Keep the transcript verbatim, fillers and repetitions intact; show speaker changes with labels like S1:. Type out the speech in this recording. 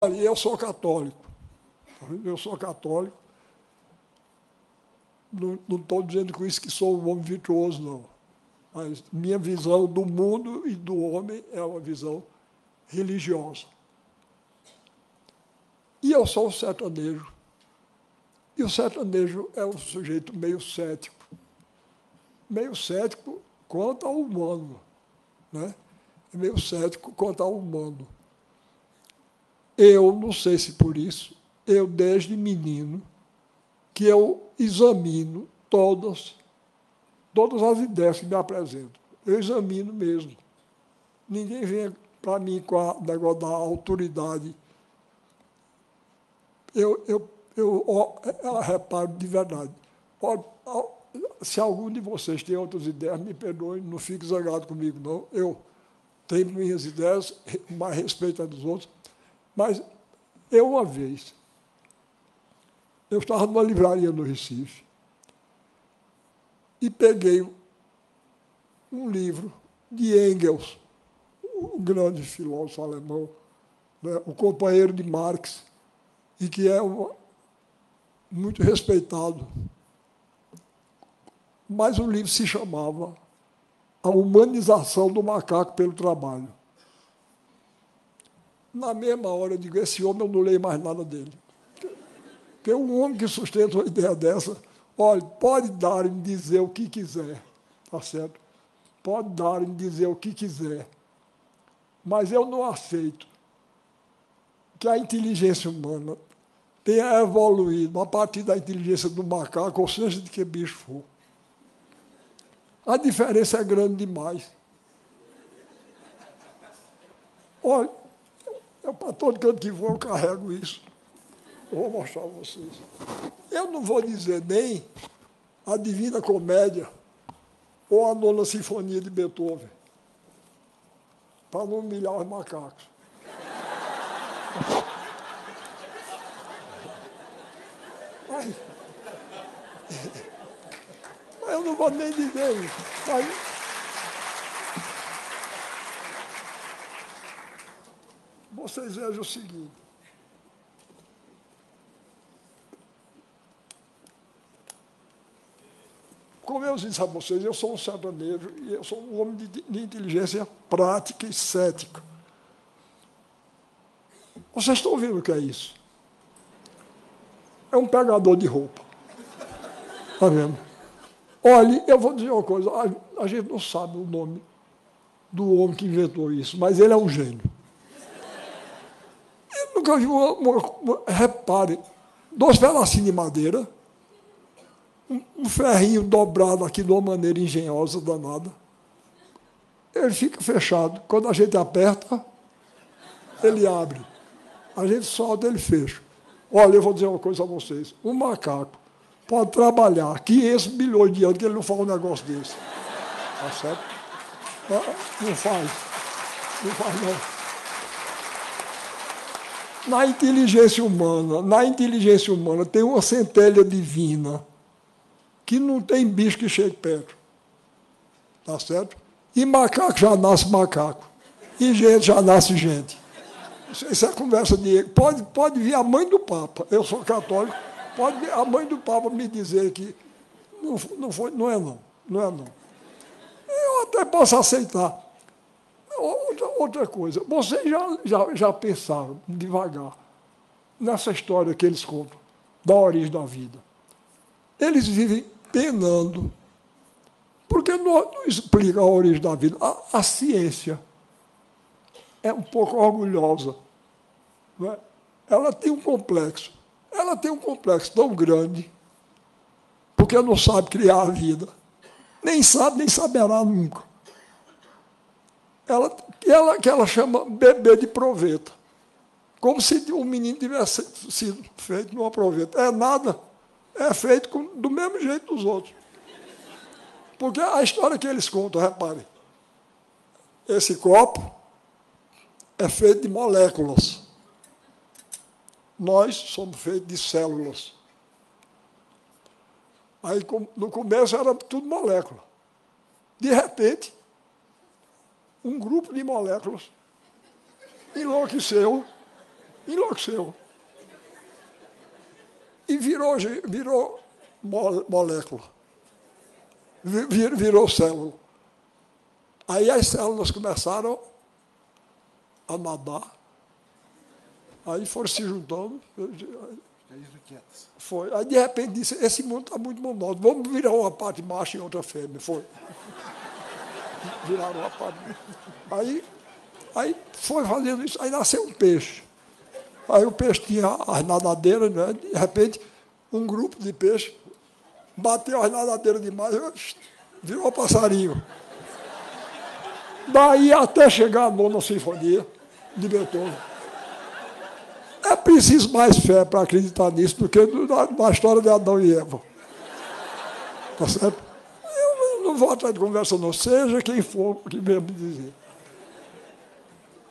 S1: Eu sou católico. Eu sou católico. Não estou dizendo com isso que sou um homem virtuoso, não. Mas minha visão do mundo e do homem é uma visão religiosa. E eu sou um sertanejo. E o sertanejo é um sujeito meio cético. Meio cético quanto ao humano. Né? Meio cético quanto ao humano. Eu, não sei se por isso, eu desde menino, que eu examino todas, todas as ideias que me apresentam. Eu examino mesmo. Ninguém vem para mim com o negócio da autoridade. Eu, eu, eu, eu reparo de verdade. Se algum de vocês tem outras ideias, me perdoem, não fique zangado comigo, não. Eu tenho minhas ideias, mais respeito a dos outros. Mas eu, uma vez, eu estava numa livraria no Recife e peguei um livro de Engels, o grande filósofo alemão, né, o companheiro de Marx, e que é uma, muito respeitado. Mas o livro se chamava A Humanização do Macaco pelo Trabalho. Na mesma hora, eu digo, esse homem, eu não leio mais nada dele. Porque um homem que sustenta uma ideia dessa, olha, pode dar e me dizer o que quiser, tá certo? Pode dar e me dizer o que quiser. Mas eu não aceito que a inteligência humana tenha evoluído a partir da inteligência do macaco, ou seja, de que bicho for. A diferença é grande demais. Olha, eu, para todo canto que vou, eu carrego isso. Eu vou mostrar a vocês. Eu não vou dizer nem a Divina Comédia ou a Nona Sinfonia de Beethoven, para não humilhar os macacos. Mas, eu não vou nem dizer isso. Mas, vocês vejam o seguinte. Como eu disse a vocês, eu sou um sertanejo e eu sou um homem de, de inteligência prática e cética. Vocês estão vendo o que é isso? É um pegador de roupa. Está vendo? Olha, eu vou dizer uma coisa, a, a gente não sabe o nome do homem que inventou isso, mas ele é um gênio. Eu nunca vi uma, uma, uma repare, dois pedacinhos de madeira, um, um ferrinho dobrado aqui de uma maneira engenhosa, danada. Ele fica fechado. Quando a gente aperta, ele abre. A gente solta, ele fecha. Olha, eu vou dizer uma coisa a vocês. Um macaco pode trabalhar quinhentos bilhões de anos que ele não faz um negócio desse. Tá certo? Não faz. Não faz, não. Na inteligência humana, na inteligência humana tem uma centelha divina que não tem bicho que chegue perto. Tá certo? E macaco já nasce macaco. E gente já nasce gente. Isso é conversa de... Pode, pode vir a mãe do Papa. Eu sou católico. Pode vir a mãe do Papa me dizer que não, não, foi, não é não. Não é não. Eu até posso aceitar. Outra, outra coisa. Vocês já, já, já pensaram, devagar, nessa história que eles contam, da origem da vida. Eles vivem penando, porque não, não explica a origem da vida. A, a ciência é um pouco orgulhosa. Não é? Ela tem um complexo. Ela tem um complexo tão grande, porque não sabe criar a vida. Nem sabe, nem saberá nunca. Ela, ela, que ela chama bebê de proveta. Como se um menino tivesse sido feito numa proveta. É nada. É feito com, do mesmo jeito dos outros. Porque a história que eles contam, reparem, esse copo é feito de moléculas. Nós somos feitos de células. Aí, no começo, era tudo molécula. De repente, um grupo de moléculas enlouqueceu Enlouqueceu. E virou, virou molécula. Vir, virou célula. Aí as células começaram a nadar. Aí foram se juntando. Foi. Aí, de repente, disse, esse mundo está muito monótono. Vamos virar uma parte macho e outra fêmea. Foi. Viraram uma parte. Aí, aí foi fazendo isso. Aí nasceu um peixe. Aí o peixe tinha as nadadeiras, né? De repente, um grupo de peixes bateu as nadadeiras demais, virou passarinho. Daí até chegar a nona sinfonia de Beethoven. É preciso mais fé para acreditar nisso do que na, na história de Adão e Eva. Tá certo? Eu não vou atrás de conversa, não. Seja quem for que venha me dizer.